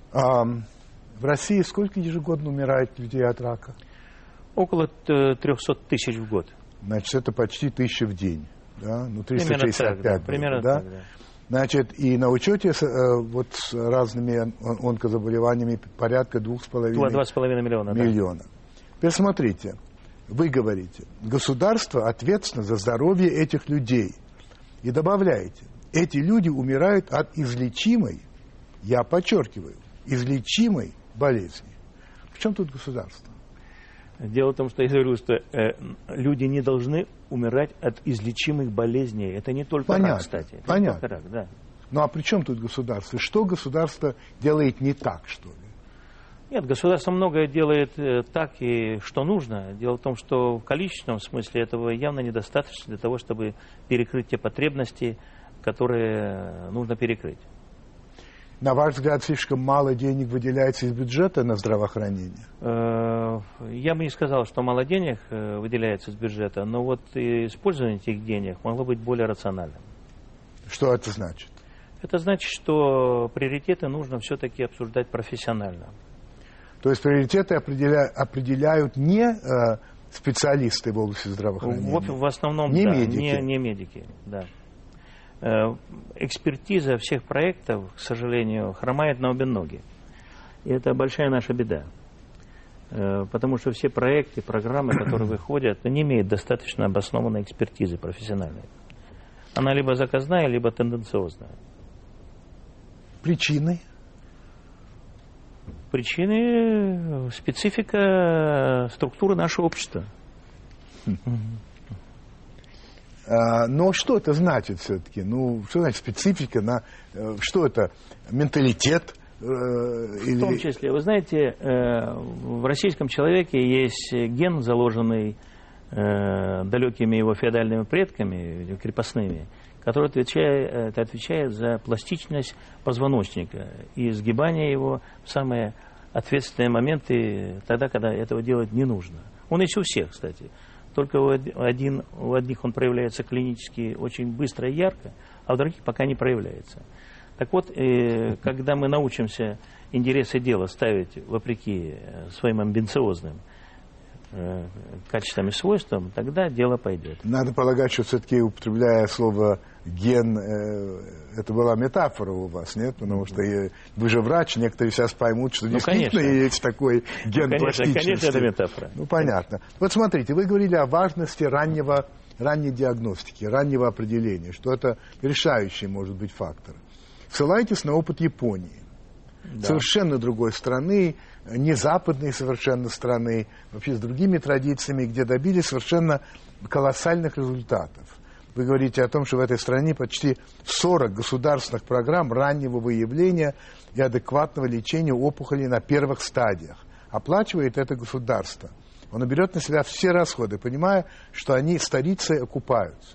В России сколько ежегодно умирает людей от рака? Около 300 тысяч в год. Значит, это почти 1000 в день. Да? Ну, 365. Примерно так, да? Значит, и на учете вот с разными онкозаболеваниями порядка 2,5 миллиона. Теперь смотрите, вы говорите, государство ответственно за здоровье этих людей. И добавляете, эти люди умирают от излечимой, я подчеркиваю, излечимой болезни. В чем тут государство? Дело в том, что я говорю, что люди не должны умирать от излечимых болезней. Это не только рак, кстати. Это Понятно. Не только рак, да. Ну а при чем тут государство? Что государство делает не так, что ли? Нет, государство многое делает так, и что нужно. Дело в том, что в количественном смысле этого явно недостаточно для того, чтобы перекрыть те потребности, которые нужно перекрыть. На ваш взгляд, слишком мало денег выделяется из бюджета на здравоохранение? Я бы не сказал, что мало денег выделяется из бюджета, но вот использование этих денег могло быть более рациональным. Что это значит? Это значит, что приоритеты нужно все-таки обсуждать профессионально. То есть приоритеты определяют не специалисты в области здравоохранения? В основном, не да, медики. Не медики, да. Экспертиза всех проектов, к сожалению, хромает на обе ноги. И это большая наша беда. Потому что все проекты, программы, которые выходят, не имеют достаточно обоснованной экспертизы профессиональной. Она либо заказная, либо тенденциозная. Причины? Причины — специфика структуры нашего общества. Но что это значит все-таки? Ну, что значит специфика? Что это? Менталитет? В том числе. Вы знаете, в российском человеке есть ген, заложенный далекими его феодальными предками, крепостными, который отвечает за пластичность позвоночника и сгибание его в самые ответственные моменты, тогда, когда этого делать не нужно. Он есть у всех, кстати. Только у одних он проявляется клинически очень быстро и ярко, а у других пока не проявляется. Так вот, когда мы научимся интересы дела ставить вопреки своим амбициозным качествам и свойствам, тогда дело пойдет. Надо полагать, что все-таки, употребляя слово «ген», это была метафора у вас, нет? Потому что вы же врач, некоторые сейчас поймут, что действительно есть такой ген пластичности. Конечно, это метафора. Ну, понятно. Вот смотрите, вы говорили о важности ранней диагностики, раннего определения, что это решающий может быть фактор. Ссылайтесь на опыт Японии. Да. Совершенно другой страны, не западной совершенно страны, вообще с другими традициями, где добились совершенно колоссальных результатов. Вы говорите о том, что в этой стране почти 40 государственных программ раннего выявления и адекватного лечения опухолей на первых стадиях. Оплачивает это государство. Оно берет на себя все расходы, понимая, что они старицей окупаются.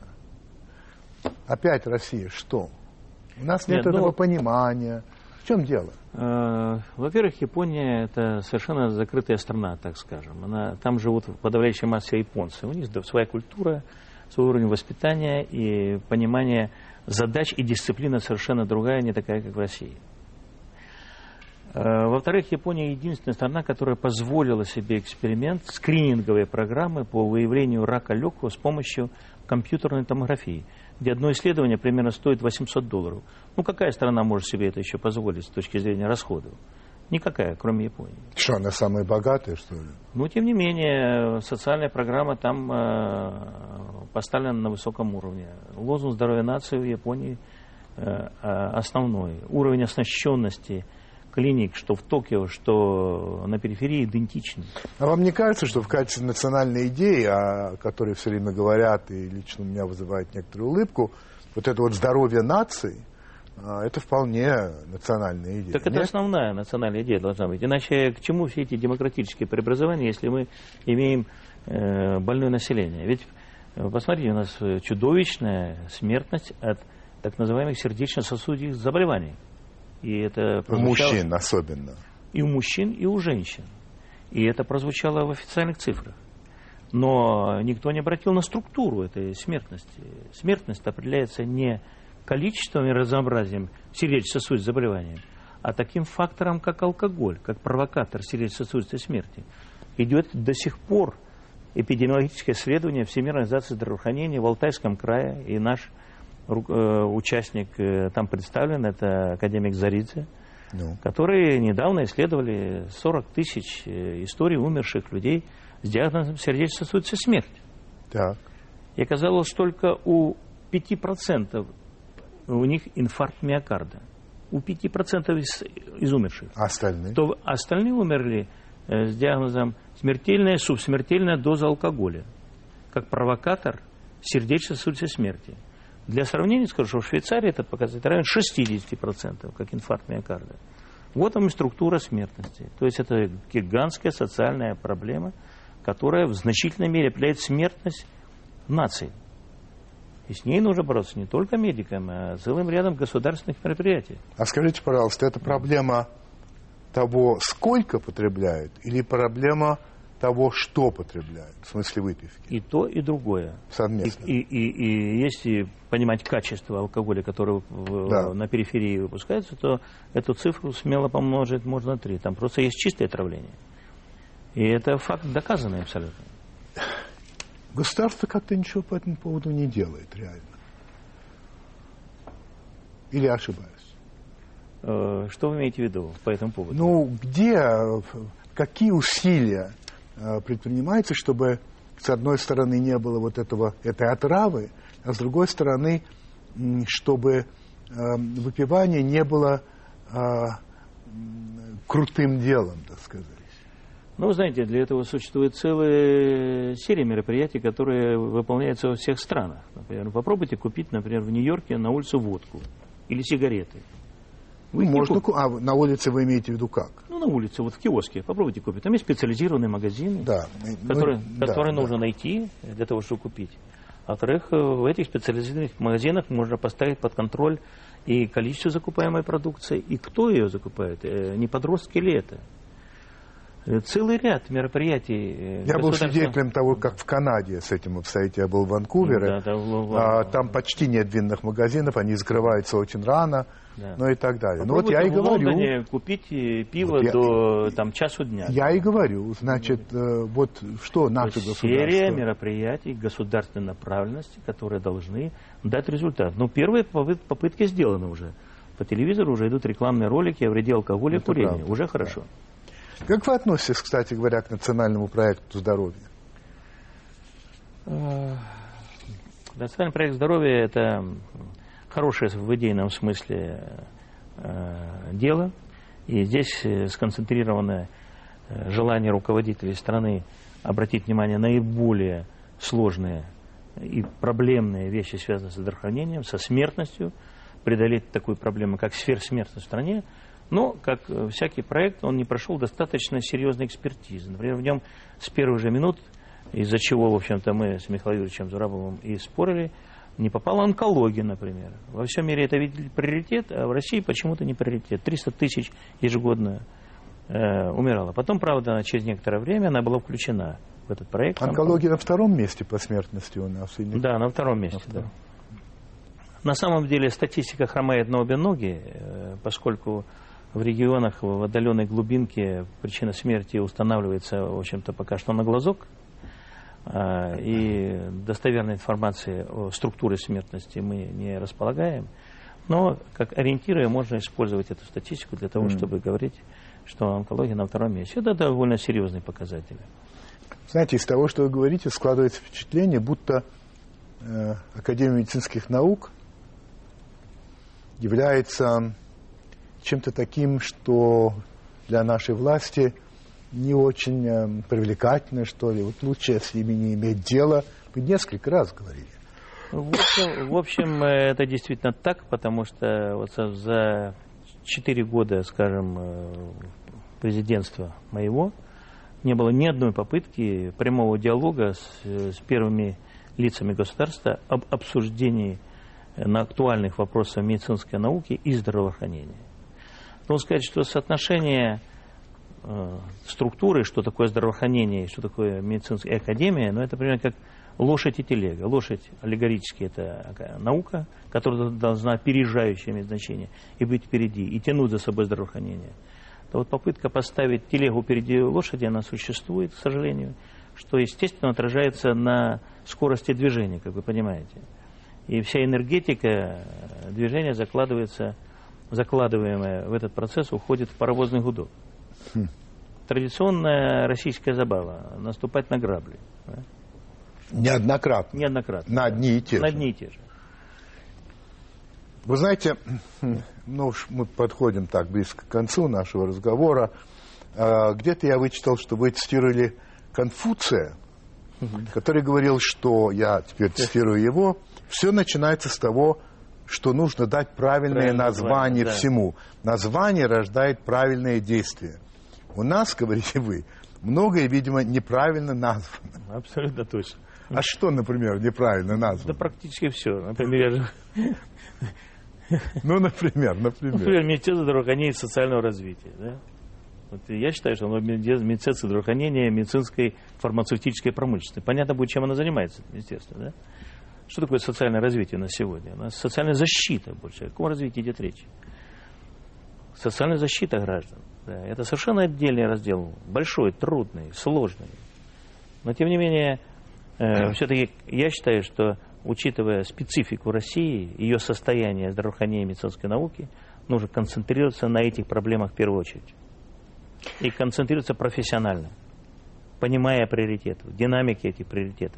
Опять Россия что? У нас нет этого понимания. В чем дело? Во-первых, Япония — это совершенно закрытая страна, так скажем. Там живут подавляющая масса японцев. У них своя культура, свой уровень воспитания и понимание задач, и дисциплина совершенно другая, не такая, как в России. Во-вторых, Япония единственная страна, которая позволила себе эксперимент скрининговой программы по выявлению рака легкого с помощью компьютерной томографии, где одно исследование примерно стоит $800. Ну, какая страна может себе это еще позволить с точки зрения расходов? Никакая, кроме Японии. Что, она самая богатая, что ли? Ну, тем не менее, социальная программа там поставлена на высоком уровне. Лозунг здоровья нации в Японии основной. Уровень оснащенности клиник, что в Токио, что на периферии, идентичны. А вам не кажется, что в качестве национальной идеи, о которой все время говорят, и лично у меня вызывает некоторую улыбку, вот это вот здоровье нации, это вполне национальная идея? Так это основная национальная идея должна быть. Иначе к чему все эти демократические преобразования, если мы имеем больное население? Ведь, посмотрите, у нас чудовищная смертность от так называемых сердечно-сосудистых заболеваний. И это у мужчин особенно. И у мужчин, и у женщин. И это прозвучало в официальных цифрах. Но никто не обратил на структуру этой смертности. Смертность определяется не количеством и разнообразием сердечно-сосудистых заболеваний, а таким фактором, как алкоголь, как провокатор сердечно-сосудистой смерти. Идет до сих пор эпидемиологическое исследование Всемирной организации здравоохранения в Алтайском крае, и наш участник там представлен, это академик Заридзе, которые недавно исследовали 40 тысяч историй умерших людей с диагнозом сердечно-сосудистой смерти. Так. И оказалось, только у 5% у них инфаркт миокарда. У 5% из умерших. А остальные? То остальные умерли с диагнозом смертельная, субсмертельная доза алкоголя, как провокатор сердечно-сосудистой смерти. Для сравнения скажу, что в Швейцарии этот показатель равен 60%, как инфаркт миокарда. Вот вам и структура смертности. То есть это гигантская социальная проблема, которая в значительной мере определяет смертность наций. И с ней нужно бороться не только медикам, а целым рядом государственных мероприятий. А скажите, пожалуйста, это проблема того, сколько потребляют, или проблема того, что потребляют, в смысле выпивки? И то, и другое. Совместно. И если понимать качество алкоголя, который на периферии выпускается, то эту цифру смело помножить можно на 3. Там просто есть чистое отравление. И это факт доказанный абсолютно. Государство как-то ничего по этому поводу не делает, реально. Или я ошибаюсь? Что вы имеете в виду по этому поводу? Ну, какие усилия предпринимаются, чтобы, с одной стороны, не было вот этой отравы, а с другой стороны, чтобы выпивание не было крутым делом, так сказать? Ну, вы знаете, для этого существует целая серия мероприятий, которые выполняются во всех странах. Например, попробуйте купить, например, в Нью-Йорке на улице водку или сигареты. Можно на улице вы имеете в виду как? Ну, на улице, вот в киоске. Попробуйте купить. Там есть специализированные магазины, которые нужно найти для того, чтобы купить. А во-вторых, в этих специализированных магазинах можно поставить под контроль и количество закупаемой продукции, и кто ее закупает, не подростки ли это. Целый ряд мероприятий. Я был свидетелем того, как в Канаде с этим обстоит. Я был в Ванкувере. Там почти нет винных магазинов, они закрываются очень рано, ну и так далее. Ну вот я и говорю. В Лондоне купить пиво до часу дня. Я и говорю, значит, вот что наше государство. Серия мероприятий государственной направленности, которые должны дать результат. Но первые попытки сделаны уже. По телевизору уже идут рекламные ролики о вреде алкоголя и курения. Уже хорошо. Как вы относитесь, кстати говоря, к национальному проекту здоровья? Национальный проект здоровья – это хорошее в идейном смысле дело. И здесь сконцентрировано желание руководителей страны обратить внимание на наиболее сложные и проблемные вещи, связанные с здравоохранением, со смертностью, преодолеть такую проблему, как сверхсмертность в стране. Но, как всякий проект, он не прошел достаточно серьезной экспертизы. Например, в нем с первых же минут, из-за чего, в общем-то, мы с Михаилом Юрьевичем Зурабовым и спорили, не попала онкология, например. Во всем мире это видели приоритет, а в России почему-то не приоритет. 300 тысяч ежегодно умирало. Потом, правда, через некоторое время она была включена в этот проект. Онкология на втором месте по смертности у нас? Или... Да, на втором месте, да. На самом деле статистика хромает на обе ноги, поскольку в регионах, в отдаленной глубинке причина смерти устанавливается, в общем-то, пока что на глазок. И достоверной информации о структуре смертности мы не располагаем. Но как ориентиры можно использовать эту статистику для того, чтобы говорить, что онкология на втором месте. Это довольно серьезный показатель. Знаете, из того, что вы говорите, складывается впечатление, будто Академия медицинских наук является чем-то таким, что для нашей власти не очень привлекательно, что ли. Вот лучше с ними не иметь дела. Вы несколько раз говорили. В общем, это действительно так, потому что вот за 4 года, скажем, президентства моего не было ни одной попытки прямого диалога с первыми лицами государства об обсуждении на актуальных вопросах медицинской науки и здравоохранения. Нужно сказать, что соотношение структуры, что такое здравоохранение, что такое медицинская академия, но это примерно как лошадь и телега. Лошадь аллегорически это наука, которая должна опережающее иметь значение и быть впереди, и тянуть за собой здравоохранение. То вот попытка поставить телегу впереди лошади, она существует, к сожалению, что, естественно, отражается на скорости движения, как вы понимаете. И вся энергетика движения закладываемая в этот процесс, уходит в паровозный гудок. Традиционная российская забава – наступать на грабли. Да? Неоднократно. Неоднократно. На одни и те же. На одни и те же. Вы знаете, ну уж мы подходим так близко к концу нашего разговора. где-то я вычитал, что вы цитировали Конфуция, который говорил, что, я теперь цитирую его, все начинается с того, что нужно дать правильное название всему. Название рождает правильное действие. У нас, говорите вы, многое, видимо, неправильно названо. Абсолютно точно. А что, например, неправильно названо? Да практически все. Например, например. Например, Министерство здравоохранения и социального развития. Да? Вот я считаю, что оно Министерство здравоохранения, медицинской, фармацевтической промышленности. Понятно будет, чем оно занимается, это министерство. Да? Что такое социальное развитие на сегодня? У нас социальная защита больше. О каком развитии идет речь? Социальная защита граждан. Да, это совершенно отдельный раздел. Большой, трудный, сложный. Но, тем не менее, все-таки я считаю, что, учитывая специфику России, ее состояние здравоохранения и медицинской науки, нужно концентрироваться на этих проблемах в первую очередь. И концентрироваться профессионально, понимая приоритеты, динамики этих приоритетов.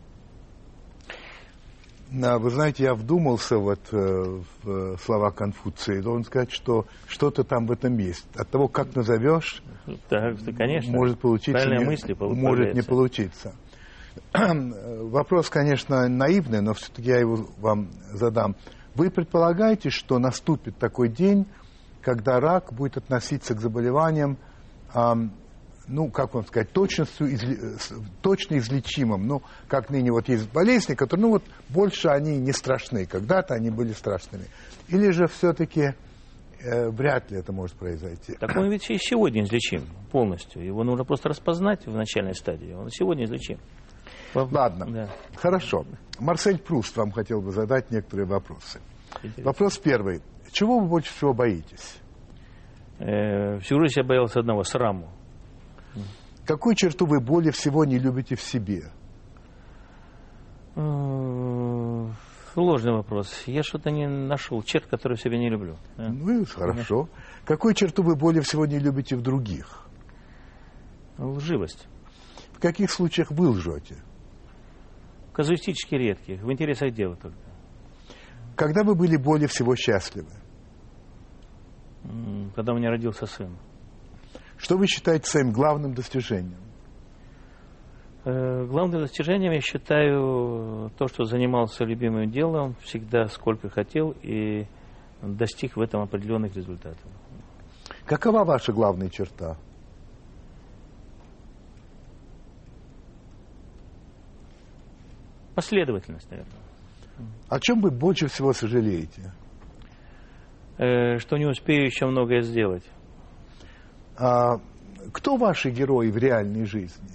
Вы знаете, я вдумался в слова Конфуция, и должен сказать, что что-то там в этом есть. От того, как назовешь, так, конечно, может получиться, может не получиться. Вопрос, конечно, наивный, но все-таки я его вам задам. Вы предполагаете, что наступит такой день, когда рак будет относиться к заболеваниям, как вам сказать, точно излечимым, как ныне вот есть болезни, которые, больше они не страшны, когда-то они были страшными. Или же все-таки вряд ли это может произойти? Так он ведь и сегодня излечим полностью. Его нужно просто распознать в начальной стадии. Он сегодня излечим. Ладно, да. Хорошо. Марсель Пруст вам хотел бы задать некоторые вопросы. Интересно. Вопрос первый. Чего вы больше всего боитесь? Всю жизнь я боялся одного — сраму. Какую черту вы более всего не любите в себе? Сложный вопрос. Я что-то не нашел черт, который в себе не люблю. Хорошо. Какую черту вы более всего не любите в других? Лживость. В каких случаях вы лжете? Казуистически редких, в интересах дела только. Когда вы были более всего счастливы? Когда у меня родился сын. Что вы считаете своим главным достижением? Главным достижением я считаю то, что занимался любимым делом всегда, сколько хотел, и достиг в этом определенных результатов. Какова ваша главная черта? Последовательность, наверное. О чем вы больше всего сожалеете? Что не успею еще многое сделать. Кто ваши герои в реальной жизни?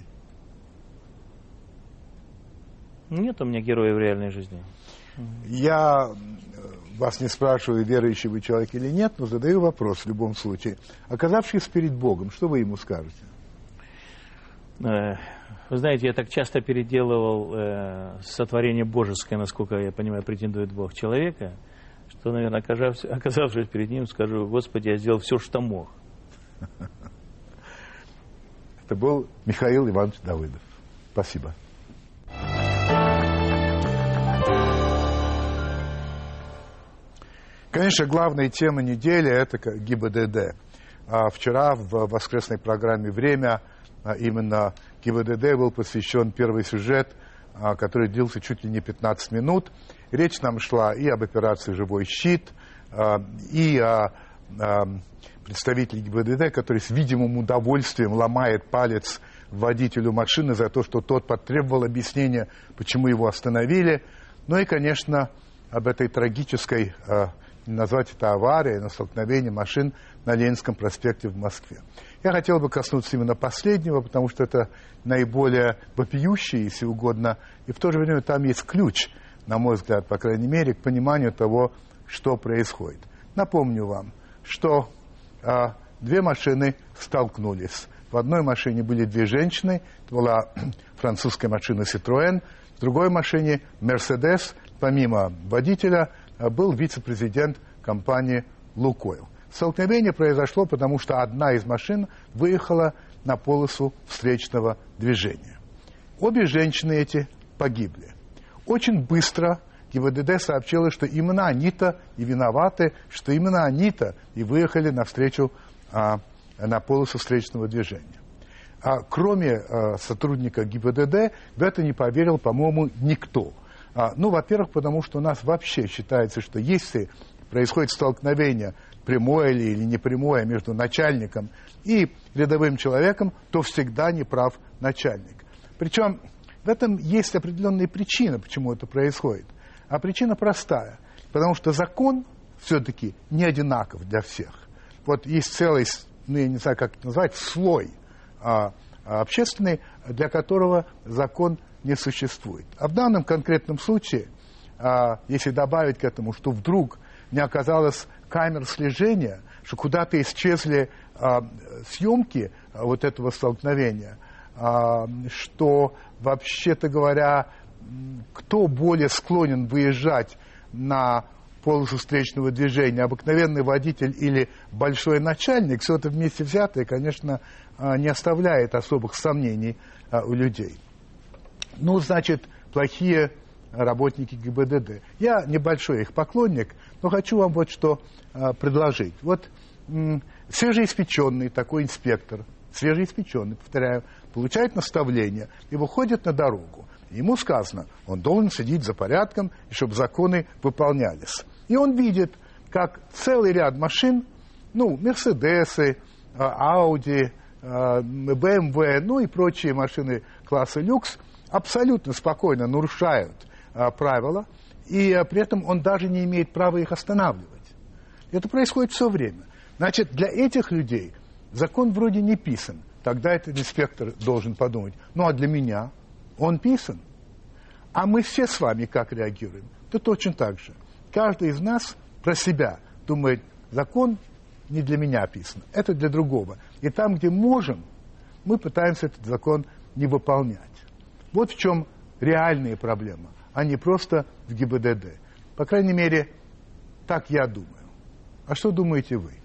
Нет у меня героя в реальной жизни. Я вас не спрашиваю, верующий вы человек или нет, но задаю вопрос в любом случае. Оказавшись перед Богом, что вы ему скажете? Вы знаете, я так часто переделывал сотворение божеское, насколько я понимаю, претендует Бог человека, что, наверное, оказавшись перед ним, скажу: Господи, я сделал все, что мог. Это был Михаил Иванович Давыдов. Спасибо. Конечно, главная тема недели – это ГИБДД. Вчера в воскресной программе «Время» именно ГИБДД был посвящен первый сюжет, который длился чуть ли не 15 минут. Речь нам шла и об операции «Живой щит», и о представителе ГИБДД, который с видимым удовольствием ломает палец водителю машины за то, что тот потребовал объяснения, почему его остановили. Ну и, конечно, об этой трагической, назвать это аварией, но столкновение машин на Ленинском проспекте в Москве. Я хотел бы коснуться именно последнего, потому что это наиболее вопиющее, если угодно, и в то же время там есть ключ, на мой взгляд, по крайней мере, к пониманию того, что происходит. Напомню вам, что две машины столкнулись. В одной машине были две женщины, это была французская машина «Citroën», в другой машине «Мерседес», помимо водителя, был вице-президент компании «Лукойл». Столкновение произошло, потому что одна из машин выехала на полосу встречного движения. Обе женщины эти погибли. Очень быстро ГИБДД сообщила, что именно они-то и виноваты, что именно они-то и выехали навстречу на полосу встречного движения. Кроме сотрудника ГИБДД, в это не поверил, по-моему, никто. Во-первых, потому что у нас вообще считается, что если происходит столкновение прямое или непрямое между начальником и рядовым человеком, то всегда не прав начальник. Причем в этом есть определенные причины, почему это происходит. А причина простая. Потому что закон все-таки не одинаков для всех. Вот есть целый, я не знаю, как это назвать, слой общественный, для которого закон не существует. А в данном конкретном случае, если добавить к этому, что вдруг не оказалось камер слежения, что куда-то исчезли съемки вот этого столкновения, что, вообще-то говоря, кто более склонен выезжать на полосу встречного движения, обыкновенный водитель или большой начальник, все это вместе взятое, конечно, не оставляет особых сомнений у людей. Значит, плохие работники ГИБДД. Я небольшой их поклонник, но хочу вам вот что предложить. Вот свежеиспеченный такой инспектор, свежеиспеченный, повторяю, получает наставление и выходит на дорогу. Ему сказано, он должен следить за порядком, и чтобы законы выполнялись. И он видит, как целый ряд машин, Мерседесы, Ауди, БМВ, и прочие машины класса люкс, абсолютно спокойно нарушают правила, и при этом он даже не имеет права их останавливать. Это происходит все время. Значит, для этих людей закон вроде не писан. Тогда этот инспектор должен подумать, а для меня он писан. А мы все с вами как реагируем? То точно так же. Каждый из нас про себя думает, закон не для меня писан, это для другого. И там, где можем, мы пытаемся этот закон не выполнять. Вот в чем реальная проблема, а не просто в ГИБДД. По крайней мере, так я думаю. А что думаете вы?